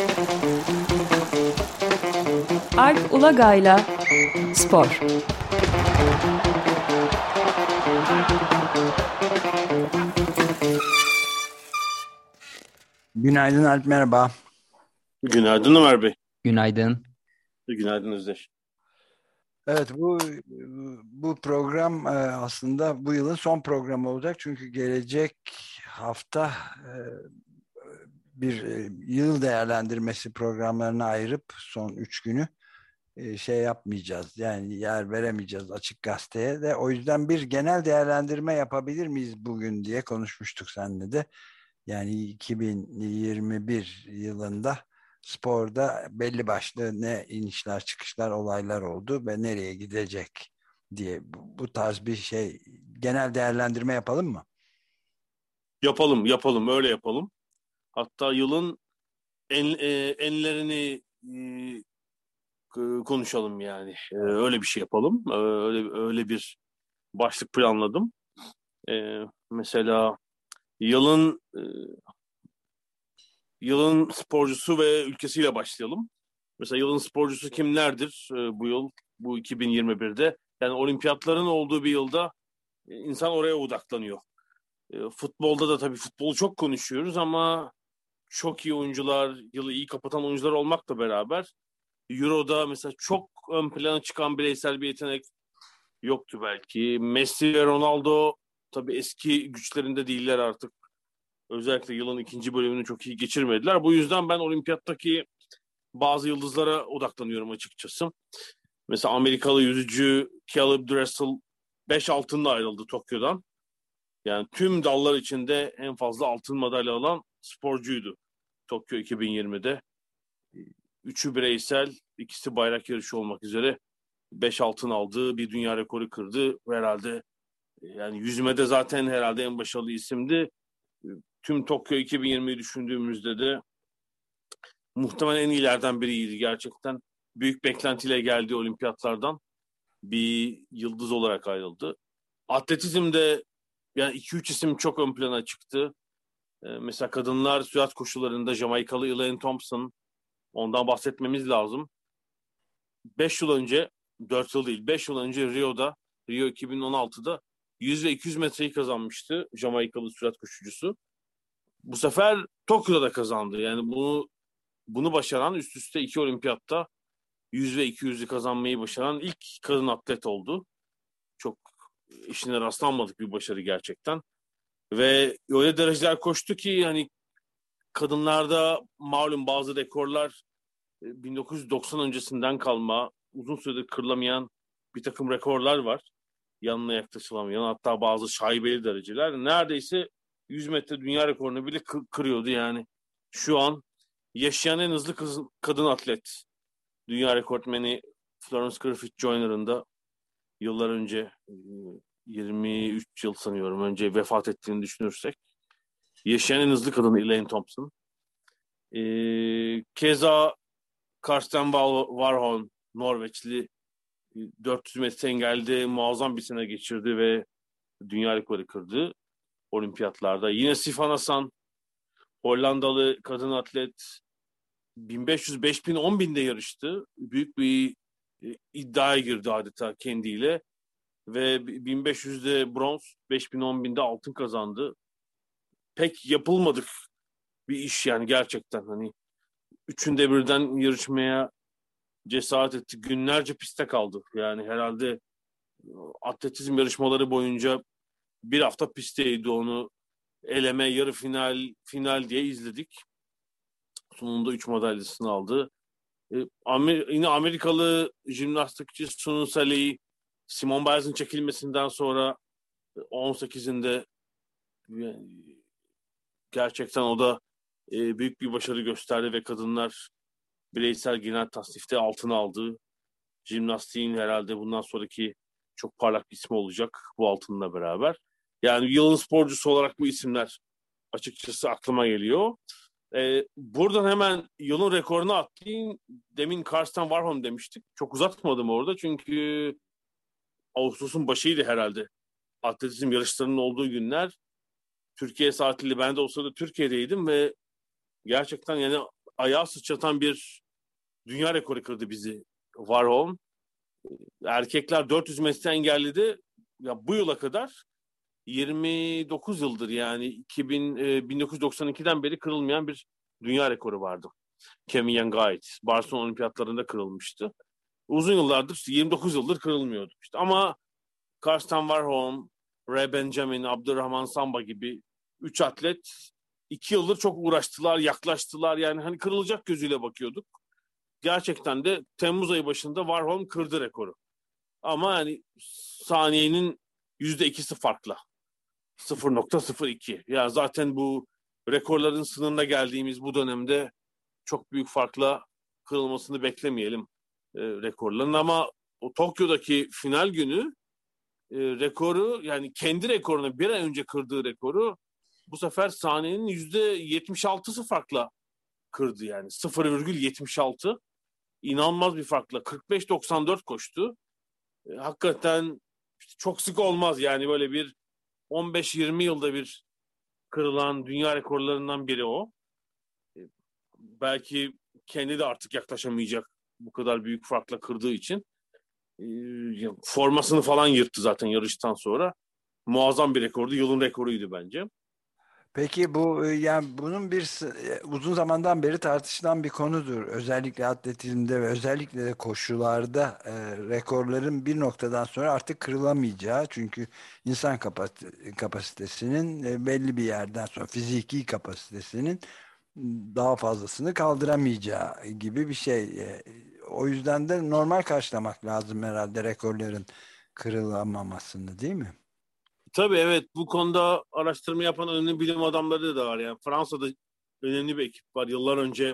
Alp Ulagay'la Spor. Günaydın Alp, merhaba. Günaydın Ömer Bey. Günaydın. Günaydın Özdeş. Evet, bu program aslında bu yılın son programı olacak. Çünkü gelecek hafta bir yıl değerlendirmesi programlarına ayırıp son 3 günü şey yapmayacağız. Yani yer veremeyeceğiz Açık Gazete'ye de. O yüzden bir genel değerlendirme yapabilir miyiz bugün diye konuşmuştuk seninle de. Yani 2021 yılında sporda belli başlı ne inişler çıkışlar olaylar oldu ve nereye gidecek diye bu tarz bir şey genel değerlendirme yapalım mı? Yapalım, yapalım, öyle yapalım. Hatta yılın enlerini konuşalım yani. Öyle bir şey yapalım. Öyle bir başlık planladım. Mesela yılın yılın sporcusu ve ülkesiyle başlayalım. Mesela yılın sporcusu kimlerdir bu yıl, bu 2021'de? Yani olimpiyatların olduğu bir yılda insan oraya odaklanıyor. Futbolda da tabii futbolu çok konuşuyoruz ama çok iyi oyuncular, yılı iyi kapatan oyuncular olmakla beraber Euro'da mesela çok ön plana çıkan bireysel bir yetenek yoktu belki. Messi ve Ronaldo tabii eski güçlerinde değiller artık. Özellikle yılın ikinci bölümünü çok iyi geçirmediler. Bu yüzden ben olimpiyattaki bazı yıldızlara odaklanıyorum açıkçası. Mesela Amerikalı yüzücü Caleb Dressel 5 altınla ayrıldı Tokyo'dan. Yani tüm dallar içinde en fazla altın madalya alan sporcuydu Tokyo 2020'de. Üçü bireysel, ikisi bayrak yarışı olmak üzere 5 altın aldı, bir dünya rekoru kırdı. Herhalde yani yüzmede zaten herhalde en başarılı isimdi. Tüm Tokyo 2020'yi düşündüğümüzde de muhtemelen en iyilerden biriydi gerçekten. Büyük beklentiyle geldi olimpiyatlardan. Bir yıldız olarak ayrıldı. Atletizmde yani 2-3 isim çok ön plana çıktı. Mesela kadınlar sürat koşularında Jamaikalı Elaine Thompson, ondan bahsetmemiz lazım. 5 yıl önce, 4 yıl değil, 5 yıl önce Rio 2016'da 100 ve 200 metreyi kazanmıştı Jamaikalı sürat koşucusu. Bu sefer Tokyo'da da kazandı. Yani bunu başaran, üst üste 2 olimpiyatta 100 ve 200'ü kazanmayı başaran ilk kadın atlet oldu. Çok işine rastlanmadık bir başarı gerçekten. Ve öyle dereceler koştu ki hani kadınlarda malum bazı rekorlar 1990 öncesinden kalma, uzun süredir kırılamayan bir takım rekorlar var. Yanına yaklaşılamayan, hatta bazı şaibeli dereceler. Neredeyse 100 metre dünya rekorunu bile kırıyordu yani. Şu an yaşayan en hızlı kadın atlet. Dünya rekortmeni Florence Griffith Joyner'ın da yıllar önce 23 yıl sanıyorum önce vefat ettiğini düşünürsek. Yaşayan en hızlı kadın Elaine Thompson. Keza Karsten Warholm, Norveçli, 400 metre engelde muazzam bir sene geçirdi ve dünya rekoru kırdı olimpiyatlarda. Yine Sifan Hasan, Hollandalı kadın atlet, 1500, 5000, 10.000'de yarıştı. Büyük bir iddiaya girdi adeta kendiyle ve 1500'de bronz, 5000, 10.000'de altın kazandı. Pek yapılmadık bir iş yani gerçekten, hani üçünde birden yarışmaya cesaret etti. Günlerce piste kaldı. Yani herhalde atletizm yarışmaları boyunca bir hafta pistteydi, onu eleme, yarı final, final diye izledik. Sonunda 3 madalyasını aldı. Yine Amerikalı jimnastikçi Sunu Saleh'i Simone Biles'in çekilmesinden sonra 18'inde gerçekten o da büyük bir başarı gösterdi ve kadınlar bireysel genel tasnifte altını aldı. Jimnastiğin herhalde bundan sonraki çok parlak bir ismi olacak bu altınla beraber. Yani yılın sporcusu olarak bu isimler açıkçası aklıma geliyor. Buradan hemen yılın rekorunu atlayayım. Demin Karsten Warholm demiştik. Çok uzatmadım orada çünkü Ağustos'un başıydı herhalde. Atletizm yarışlarının olduğu günler. Türkiye saatiyle ben de o sırada Türkiye'deydim ve gerçekten yani ayağa sıçratan bir dünya rekoru kırdı bizi Warholm. Erkekler 400 metre engelledi. Ya bu yıla kadar 29 yıldır yani 1992'den beri kırılmayan bir dünya rekoru vardı. Kemian Gait Barcelona Olimpiyatlarında kırılmıştı. Uzun yıllardır 29 yıldır kırılmıyordu. İşte ama Karsten Warholm, Ray Benjamin, Abdurrahman Samba gibi 3 atlet 2 yıldır çok uğraştılar, yaklaştılar. Yani hani kırılacak gözüyle bakıyorduk. Gerçekten de Temmuz ayı başında Warholm kırdı rekoru. Ama yani saniyenin %2'si farkla. 0,02. Ya zaten bu rekorların sınırına geldiğimiz bu dönemde çok büyük farkla kırılmasını beklemeyelim rekorların. Ama o Tokyo'daki final günü rekoru, yani kendi rekorunu bir ay önce kırdığı rekoru bu sefer saniyenin %76'sı farkla kırdı yani. 0,76. İnanılmaz bir farkla 45.94 koştu. Hakikaten çok sık olmaz yani, böyle bir 15-20 yılda bir kırılan dünya rekorlarından biri o. Belki kendi de artık yaklaşamayacak bu kadar büyük farkla kırdığı için. Formasını falan yırttı zaten yarıştan sonra. Muazzam bir rekordu. Yılın rekoruydu bence. Peki bu yani bunun uzun zamandan beri tartışılan bir konudur. Özellikle atletizmde ve özellikle de koşularda rekorların bir noktadan sonra artık kırılamayacağı. Çünkü insan kapasitesinin belli bir yerden sonra fiziki kapasitesinin daha fazlasını kaldıramayacağı gibi bir şey. O yüzden de normal karşılamak lazım herhalde rekorların kırılamamasını, değil mi? Tabii evet, bu konuda araştırma yapan önemli bilim adamları da var. Yani Fransa'da önemli bir ekip var. Yıllar önce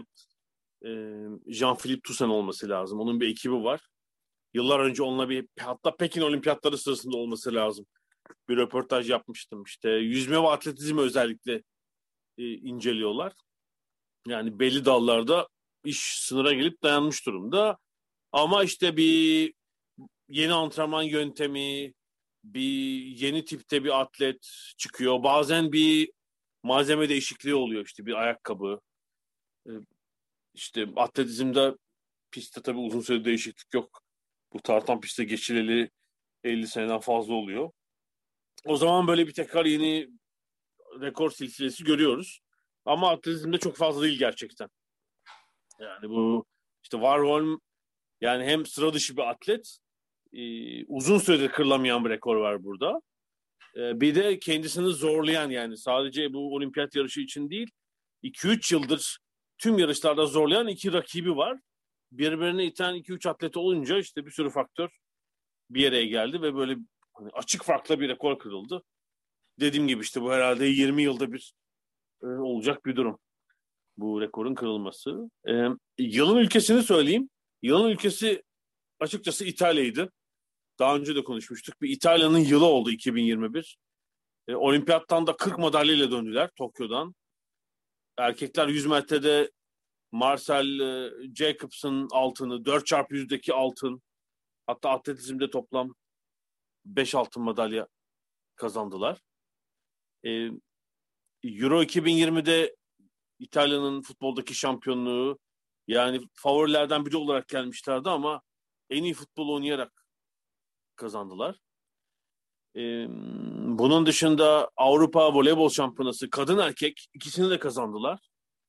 Jean-Philippe Toussaint olması lazım. Onun bir ekibi var. Yıllar önce onunla hatta Pekin Olimpiyatları sırasında olması lazım, bir röportaj yapmıştım. İşte yüzme ve atletizmi özellikle inceliyorlar. Yani belli dallarda iş sınıra gelip dayanmış durumda. Ama işte bir yeni antrenman yöntemi, bir yeni tipte bir atlet çıkıyor. Bazen bir malzeme değişikliği oluyor, işte bir ayakkabı. Ee, İşte atletizmde pistte tabii uzun süre değişiklik yok. Bu tartan pistte geçileli 50 seneden fazla oluyor. O zaman böyle bir tekrar yeni rekor silsilesi görüyoruz. Ama atletizmde çok fazla değil gerçekten. Yani bu işte Warholm, yani hem sıra dışı bir atlet, uzun süredir kırılamayan bir rekor var burada. Bir de kendisini zorlayan, yani sadece bu olimpiyat yarışı için değil, 2-3 yıldır tüm yarışlarda zorlayan iki rakibi var. Birbirine iten 2-3 atlet olunca işte bir sürü faktör bir yere geldi ve böyle hani açık farkla bir rekor kırıldı. Dediğim gibi işte bu herhalde 20 yılda bir olacak bir durum, bu rekorun kırılması. Yılın ülkesini söyleyeyim. Yılın ülkesi açıkçası İtalya'ydı. Daha önce de konuşmuştuk. Bir İtalya'nın yılı oldu 2021. Olimpiyattan da 40 madalyayla döndüler Tokyo'dan. Erkekler 100 metrede Marcel Jacobs'ın altını, 4x100'deki altın, hatta atletizmde toplam 5 altın madalya kazandılar. E, Euro 2020'de İtalya'nın futboldaki şampiyonluğu, yani favorilerden biri olarak gelmişlerdi ama en iyi futbol oynayarak kazandılar. Bunun dışında Avrupa Voleybol Şampiyonası kadın erkek ikisini de kazandılar.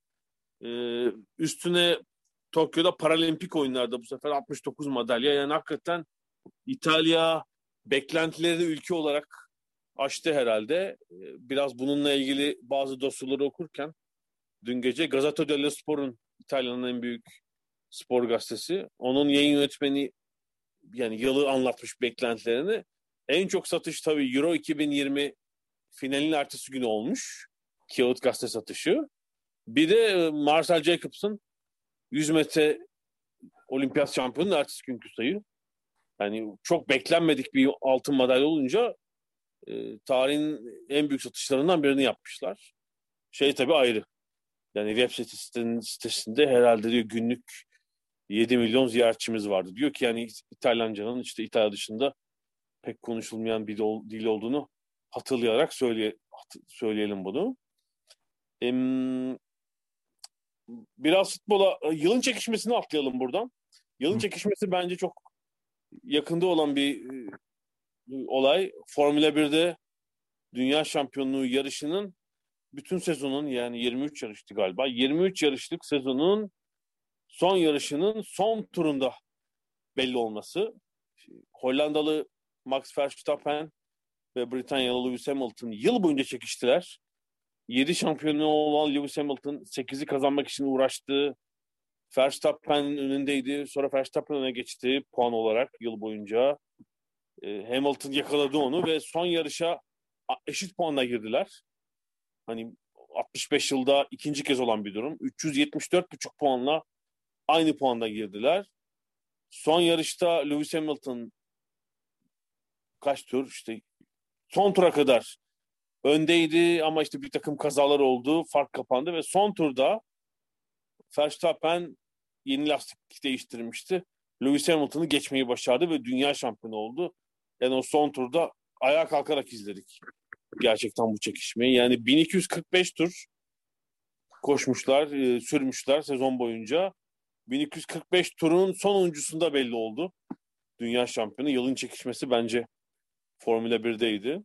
Üstüne Tokyo'da Paralimpik oyunlarda bu sefer 69 madalya. Yani hakikaten İtalya beklentilerini ülke olarak aştı herhalde. Biraz bununla ilgili bazı dosyaları okurken dün gece Gazzetta dello Sport'un, İtalya'nın en büyük spor gazetesi, onun yayın yönetmeni yani yılı anlatmış beklentilerini. En çok satış tabii Euro 2020 finalin ertesi günü olmuş. Kağıt gazete satışı. Bir de Marcel Jacobs'ın 100 metre olimpiyat şampiyonunun ertesi günkü sayı. Yani çok beklenmedik bir altın madalya olunca tarihin en büyük satışlarından birini yapmışlar. Şey tabii ayrı. Yani web sitesinde herhalde diyor günlük 7 milyon ziyaretçimiz vardı. Diyor ki yani İtalyancanın işte İtalya dışında pek konuşulmayan bir dil olduğunu hatırlayarak söyleyelim bunu. biraz futbola, yılın çekişmesini atlayalım buradan. Yılın çekişmesi bence çok yakında olan bir olay. Formula 1'de Dünya Şampiyonluğu yarışının bütün sezonun, yani 23 yarıştı galiba. 23 yarışlık sezonun son yarışının son turunda belli olması. Hollandalı Max Verstappen ve Britanyalı Lewis Hamilton yıl boyunca çekiştiler. 7 şampiyonluğu olan Lewis Hamilton 8'i kazanmak için uğraştı. Verstappen'in önündeydi. Sonra Verstappen öne geçti puan olarak yıl boyunca. Hamilton yakaladı onu ve son yarışa eşit puanla girdiler. Hani 65 yılda ikinci kez olan bir durum. 374,5 puanla aynı puanda girdiler. Son yarışta Lewis Hamilton kaç tur, işte son tura kadar öndeydi ama işte bir takım kazalar oldu. Fark kapandı ve son turda Verstappen yeni lastik değiştirmişti. Lewis Hamilton'ı geçmeyi başardı ve dünya şampiyonu oldu. Yani o son turda ayağa kalkarak izledik gerçekten bu çekişmeyi. Yani 1245 tur koşmuşlar, sürmüşler sezon boyunca. 1245 turun sonuncusunda belli oldu. Dünya şampiyonu. Yılın çekişmesi bence Formula 1'deydi.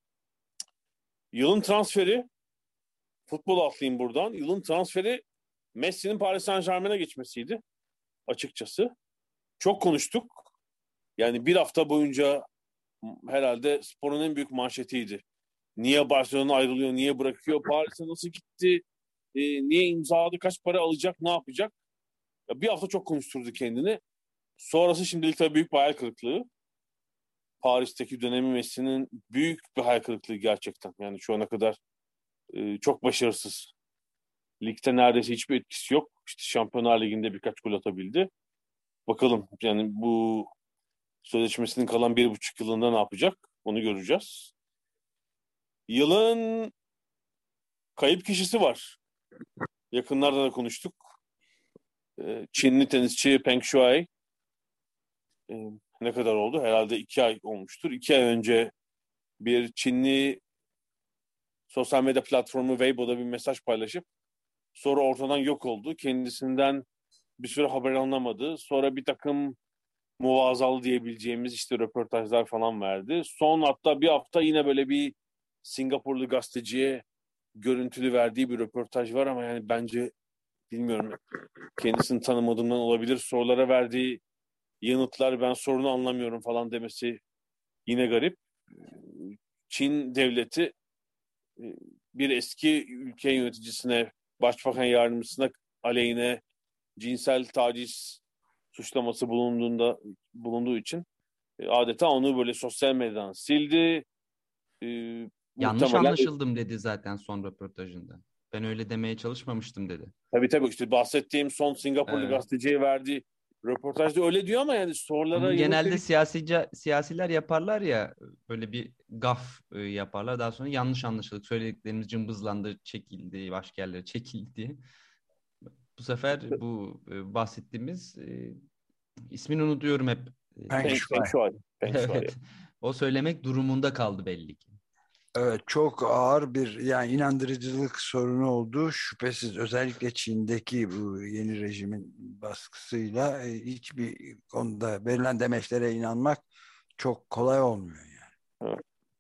Yılın transferi, futbol atlayayım buradan. Yılın transferi Messi'nin Paris Saint-Germain'e geçmesiydi açıkçası. Çok konuştuk. Yani bir hafta boyunca herhalde sporun en büyük manşetiydi. Niye Barcelona ayrılıyor, niye bırakıyor, Paris'e nasıl gitti, niye imzaladı, kaç para alacak, ne yapacak? Ya bir hafta çok konuşturdu kendini. Sonrası şimdilik tabii büyük bir hayal kırıklığı. Paris'teki dönemi Messi'nin büyük bir hayal kırıklığı gerçekten. Yani şu ana kadar çok başarısız. Ligde neredeyse hiçbir etkisi yok. İşte Şampiyonlar Ligi'nde birkaç gol atabildi. Bakalım yani bu sözleşmesinin kalan 1,5 yılında ne yapacak? Onu göreceğiz. Yılın kayıp kişisi var. Yakınlarda da konuştuk. Çinli tenisçi Peng Shuai. Ne kadar oldu? Herhalde 2 ay olmuştur. 2 ay önce bir Çinli sosyal medya platformu Weibo'da bir mesaj paylaşıp sonra ortadan yok oldu. Kendisinden bir süre haber alınamadı. Sonra bir takım muvazzalı diyebileceğimiz işte röportajlar falan verdi. Son hatta bir hafta yine böyle bir Singapurlu gazeteciye görüntülü verdiği bir röportaj var ama yani bence bilmiyorum, kendisini tanımadığımdan olabilir. Sorulara verdiği yanıtlar ben sorunu anlamıyorum falan demesi yine garip. Çin devleti bir eski ülke yöneticisine, başbakan yardımcısına aleyhine cinsel taciz suçlaması bulunduğu için adeta onu böyle sosyal medyadan sildi. E, Yanlış Muhtemelen anlaşıldım dedi zaten son röportajında. Ben öyle demeye çalışmamıştım dedi. tabii işte bahsettiğim son Singapurlu Evet. gazeteciye verdiği röportajda öyle diyor ama yani sorulara Bunu yanıt genelde veriyor. siyasiler yaparlar ya, böyle bir gaf yaparlar. Daha sonra yanlış anlaşıldık. Söylediklerimiz cımbızlandı, çekildi, başka yerlere çekildi. Bu sefer bu bahsettiğimiz ismini unutuyorum hep. Peng Peng Shuai. Shuai. Peng Shuai. Evet. O söylemek durumunda kaldı belli ki. Evet, çok ağır bir yani inandırıcılık sorunu olduğu şüphesiz. Özellikle Çin'deki bu yeni rejimin baskısıyla hiçbir konuda verilen demeçlere inanmak çok kolay olmuyor yani. Evet.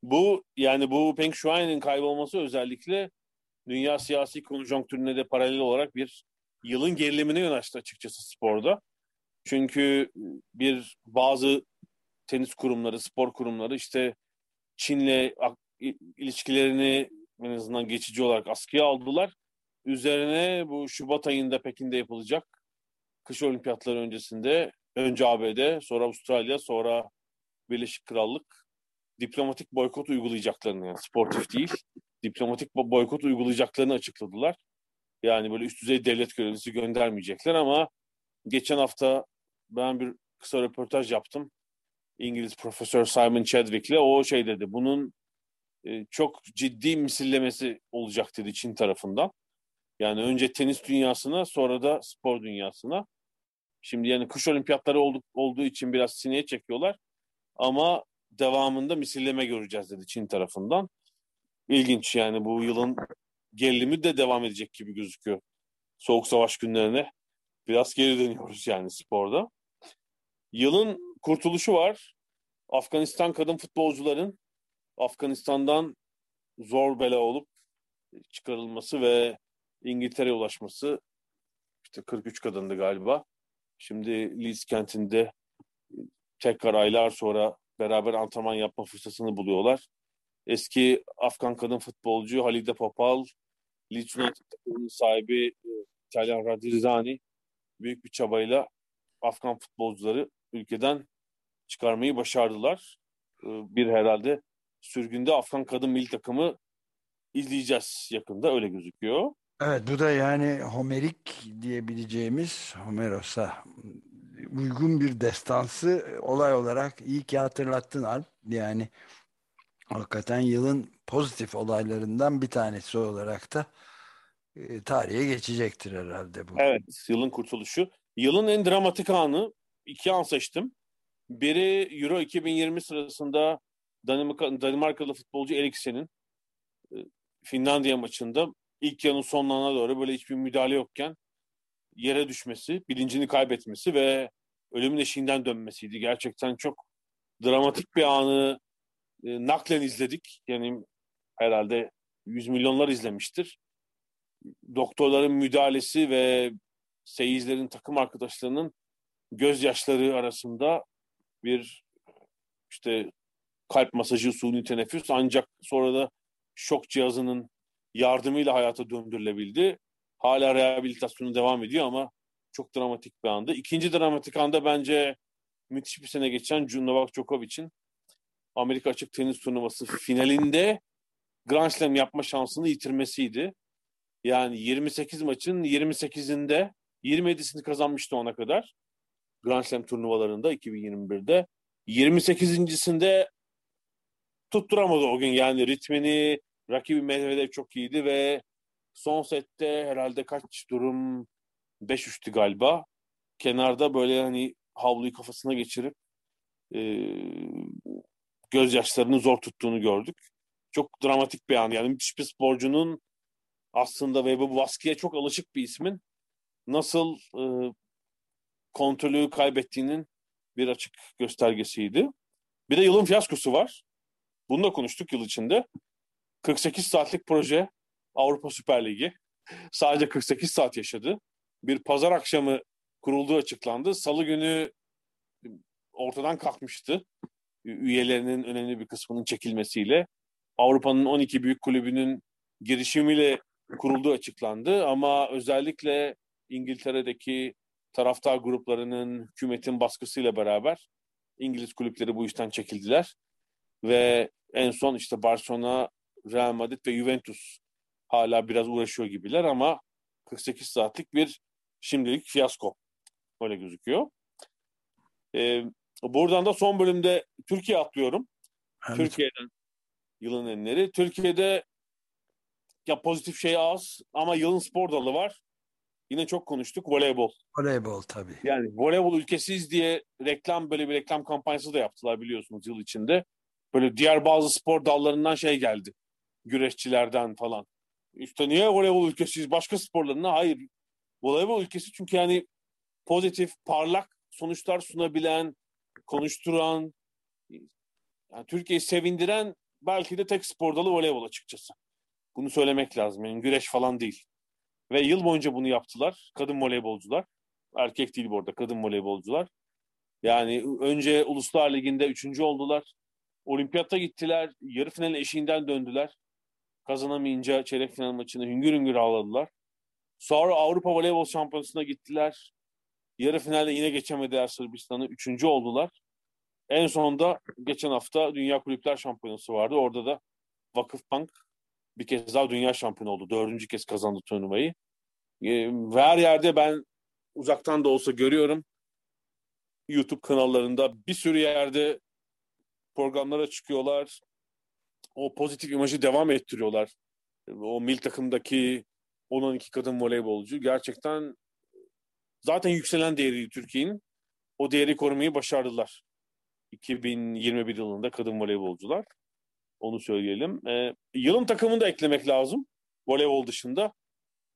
Bu Peng Shuai'nin kaybolması özellikle dünya siyasi konjonktürüne de paralel olarak bir yılın gerilimine yol açtı açıkçası sporda. Çünkü bazı tenis kurumları, spor kurumları işte Çin'le ilişkilerini en azından geçici olarak askıya aldılar. Üzerine bu Şubat ayında Pekin'de yapılacak kış olimpiyatları öncesinde önce ABD, sonra Avustralya, sonra Birleşik Krallık diplomatik boykot uygulayacaklarını, yani sportif değil, diplomatik boykot uygulayacaklarını açıkladılar. Yani böyle üst düzey devlet görevlisi göndermeyecekler ama geçen hafta ben bir kısa röportaj yaptım. İngiliz Profesör Simon Chadwick'le o şey dedi. Bunun çok ciddi misillemesi olacak dedi Çin tarafından. Yani önce tenis dünyasına, sonra da spor dünyasına. Şimdi yani kış olimpiyatları olduğu için biraz sineye çekiyorlar. Ama devamında misilleme göreceğiz dedi Çin tarafından. İlginç, yani bu yılın gerilimi de devam edecek gibi gözüküyor Soğuk savaş günlerine biraz geri dönüyoruz yani sporda. Yılın kurtuluşu var. Afganistan kadın futbolcuların Afganistan'dan zor bela olup çıkarılması ve İngiltere'ye ulaşması. İşte 43 kadındı galiba. Şimdi Leeds kentinde tekrar aylar sonra beraber antrenman yapma fırsatını buluyorlar. Eski Afgan kadın futbolcu Halide Popal, Leeds United takımının sahibi İtalyan Radirzani büyük bir çabayla Afgan futbolcuları ülkeden çıkarmayı başardılar. Bir herhalde sürgünde Afgan kadın milli takımı izleyeceğiz yakında, öyle gözüküyor. Evet, bu da yani Homerik diyebileceğimiz, Homeros'a uygun bir destansı olay olarak iyi ki hatırlattın Alp. Yani hakikaten yılın pozitif olaylarından bir tanesi olarak da tarihe geçecektir herhalde bu. Evet, yılın kurtuluşu. Yılın en dramatik anı, iki an seçtim. Biri Euro 2020 sırasında Danimarkalı futbolcu Eriksen'in Finlandiya maçında ilk yarının sonlarına doğru böyle hiçbir müdahale yokken yere düşmesi, bilincini kaybetmesi ve ölümün eşiğinden dönmesiydi. Gerçekten çok dramatik bir anı naklen izledik. Yani herhalde 100 milyonlar izlemiştir. Doktorların müdahalesi ve seyircilerin, takım arkadaşlarının gözyaşları arasında bir işte kalp masajı, suni teneffüs, ancak sonra da şok cihazının yardımıyla hayata döndürülebildi. Hala rehabilitasyonu devam ediyor ama çok dramatik bir anda. İkinci dramatik anda bence müthiş bir sene geçen Novak Djokovic'in Amerika Açık Tenis Turnuvası finalinde Grand Slam yapma şansını yitirmesiydi. Yani 28 maçın 28'inde 27'sini kazanmıştı ona kadar Grand Slam turnuvalarında 2021'de. 28.sinde tutturamadı o gün, yani ritmini, rakibi Medvedev çok iyiydi ve son sette herhalde kaç durum, 5-3'tü galiba. Kenarda böyle hani havluyu kafasına geçirip e, gözyaşlarını zor tuttuğunu gördük. Çok dramatik bir an, yani müthiş bir sporcunun aslında ve bu baskıya çok alışık bir ismin nasıl kontrolü kaybettiğinin bir açık göstergesiydi. Bir de yılın fiyaskosu var. Bunu da konuştuk yıl içinde. 48 saatlik proje Avrupa Süper Ligi. Sadece 48 saat yaşadı. Bir pazar akşamı kurulduğu açıklandı. Salı günü ortadan kalkmıştı. Üyelerinin önemli bir kısmının çekilmesiyle. Avrupa'nın 12 büyük kulübünün girişimiyle kurulduğu açıklandı. Ama özellikle İngiltere'deki taraftar gruplarının, hükümetin baskısıyla beraber İngiliz kulüpleri bu işten çekildiler. Ve en son işte Barcelona, Real Madrid ve Juventus hala biraz uğraşıyor gibiler ama 48 saatlik bir şimdilik fiyasko. Öyle gözüküyor. Buradan da son bölümde Türkiye atlıyorum. Evet. Türkiye'den yılın enleri. Türkiye'de ya pozitif şey az ama yılın spor dalı var. Yine çok konuştuk, voleybol. Voleybol tabii. Yani voleybol ülkesiz diye böyle bir reklam kampanyası da yaptılar biliyorsunuz yıl içinde. Böyle diğer bazı spor dallarından şey geldi. Güreşçilerden falan. İşte niye voleybol ülkesiyiz? Başka sporlarına hayır. Voleybol ülkesi çünkü yani pozitif, parlak sonuçlar sunabilen, konuşturan, yani Türkiye'yi sevindiren belki de tek spor dalı voleybol açıkçası. Bunu söylemek lazım. Yani güreş falan değil. Ve yıl boyunca bunu yaptılar. Kadın voleybolcular. Erkek değil bu arada. Kadın voleybolcular. Yani önce Uluslar Ligi'nde 3. oldular. Olimpiyatta gittiler. Yarı finalin eşiğinden döndüler. Kazanamayınca çeyrek final maçını hüngür hüngür ağladılar. Sonra Avrupa Voleybol Şampiyonası'na gittiler. Yarı finalde yine geçemediler Sırbistan'ı. 3. oldular. En sonunda geçen hafta Dünya Kulüpler Şampiyonası vardı. Orada da Vakıfbank bir kez daha dünya şampiyonu oldu. 4. kez kazandı turnuvayı. Ve her yerde ben uzaktan da olsa görüyorum. YouTube kanallarında bir sürü yerde programlara çıkıyorlar. O pozitif imajı devam ettiriyorlar. O milli takımdaki 10-12 kadın voleybolcu gerçekten zaten yükselen değeri Türkiye'nin. O değeri korumayı başardılar. 2021 yılında kadın voleybolcular. Onu söyleyelim. Yılın takımını da eklemek lazım. Voleybol dışında.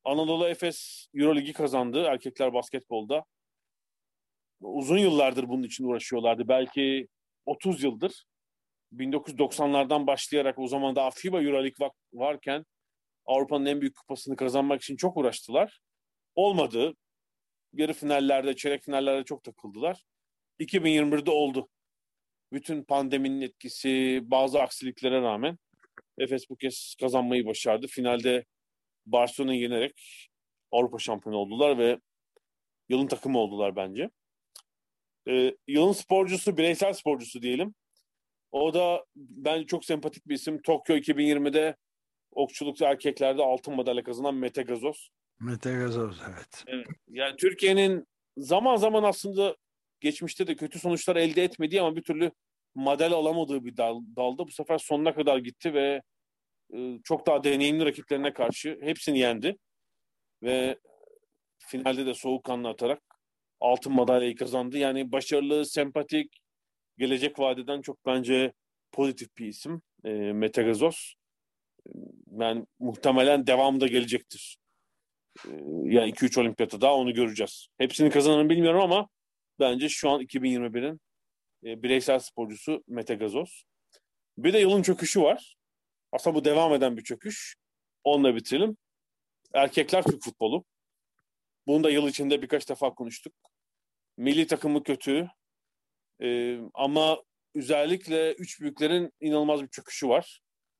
Anadolu Efes Euroligi kazandı erkekler basketbolda. Uzun yıllardır bunun için uğraşıyorlardı. Belki 30 yıldır. 1990'lardan başlayarak, o zaman daha FIBA Euroleague varken Avrupa'nın en büyük kupasını kazanmak için çok uğraştılar. Olmadı. Yarı finallerde, çeyrek finallerde çok takıldılar. 2021'de oldu. Bütün pandeminin etkisi, bazı aksiliklere rağmen Efes bu kez kazanmayı başardı. Finalde Barcelona'yı yenerek Avrupa şampiyonu oldular ve yılın takımı oldular bence. Yılın sporcusu, bireysel sporcusu diyelim. O da bence çok sempatik bir isim. Tokyo 2020'de okçulukta erkeklerde altın madalya kazanan Mete Gazoz. Mete Gazoz, evet. Yani Türkiye'nin zaman zaman aslında geçmişte de kötü sonuçlar elde etmediği ama bir türlü madalya alamadığı bir dalda bu sefer sonuna kadar gitti ve çok daha deneyimli rakiplerine karşı hepsini yendi. Ve finalde de soğukkanlı atarak altın madalyayı kazandı. Yani başarılı, sempatik, gelecek vadeden çok bence pozitif bir isim Mete Gazoz. Yani muhtemelen devamı da gelecektir. Yani 2-3 olimpiyata daha onu göreceğiz. Hepsini kazananı bilmiyorum ama bence şu an 2021'in bireysel sporcusu Mete Gazoz. Bir de yılın çöküşü var. Aslında bu devam eden bir çöküş. Onunla bitirelim. Erkekler Türk futbolu. Bunu da yıl içinde birkaç defa konuştuk. Milli takımı kötü. Ama özellikle üç büyüklerin inanılmaz bir çöküşü var.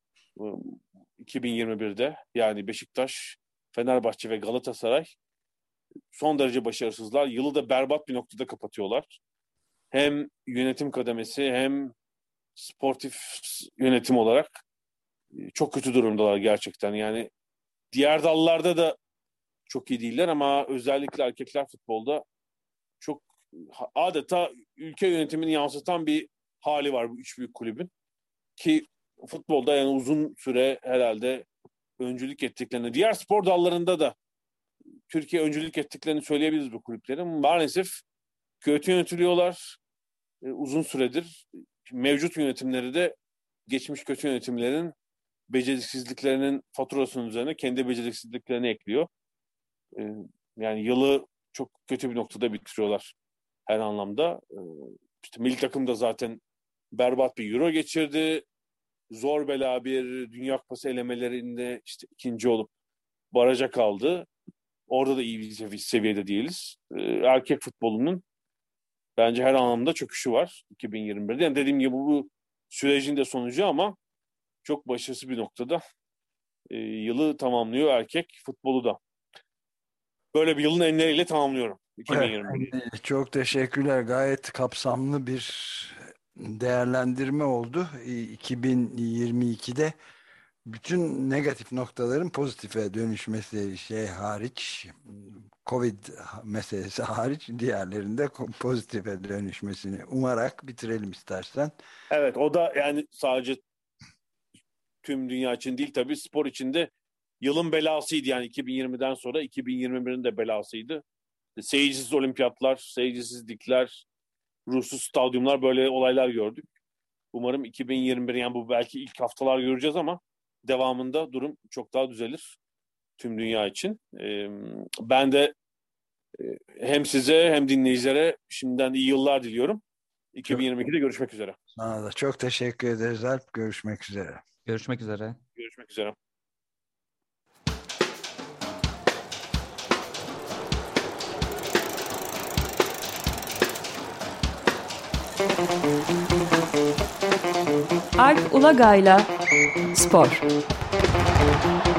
2021'de yani Beşiktaş, Fenerbahçe ve Galatasaray son derece başarısızlar. Yılı da berbat bir noktada kapatıyorlar. Hem yönetim kademesi hem sportif yönetim olarak çok kötü durumdalar gerçekten. Yani diğer dallarda da çok iyi değiller ama özellikle erkekler futbolda çok adeta ülke yönetimini yansıtan bir hali var bu üç büyük kulübün. Ki futbolda yani uzun süre herhalde öncülük ettiklerini, diğer spor dallarında da Türkiye öncülük ettiklerini söyleyebiliriz bu kulüplerin. Maalesef kötü yönetiliyorlar uzun süredir. Mevcut yönetimleri de geçmiş kötü yönetimlerin beceriksizliklerinin faturasının üzerine kendi beceriksizliklerini ekliyor. Yani yılı çok kötü bir noktada bitiriyorlar her anlamda. İşte milli takım da zaten berbat bir Euro geçirdi. Zor bela bir Dünya Kupası elemelerinde işte ikinci olup baraja kaldı. Orada da iyi bir seviyede değiliz. Erkek futbolunun bence her anlamda çöküşü var 2021'de. Yani dediğim gibi bu sürecin de sonucu ama çok başarısız bir noktada yılı tamamlıyor erkek futbolu da. Böyle bir yılın enleriyle tamamlıyorum 2021'i. Evet, çok teşekkürler. Gayet kapsamlı bir değerlendirme oldu. 2022'de bütün negatif noktaların pozitife dönüşmesi hariç, Covid meselesi hariç diğerlerinde pozitife dönüşmesini umarak bitirelim istersen. Evet, o da yani sadece tüm dünya için değil tabii spor için de yılın belasıydı yani 2020'den sonra 2021'in de belasıydı. Seyircisiz olimpiyatlar, seyircisizlikler, ruhsuz stadyumlar böyle olaylar gördük. Umarım 2021 yani bu belki ilk haftalar göreceğiz ama devamında durum çok daha düzelir tüm dünya için. Ben de hem size hem dinleyicilere şimdiden iyi yıllar diliyorum. 2022'de görüşmek üzere. Sana da çok teşekkür ederiz Alp. Görüşmek üzere. Görüşmek üzere. Görüşmek üzere. Alp Ulagay'la Spor.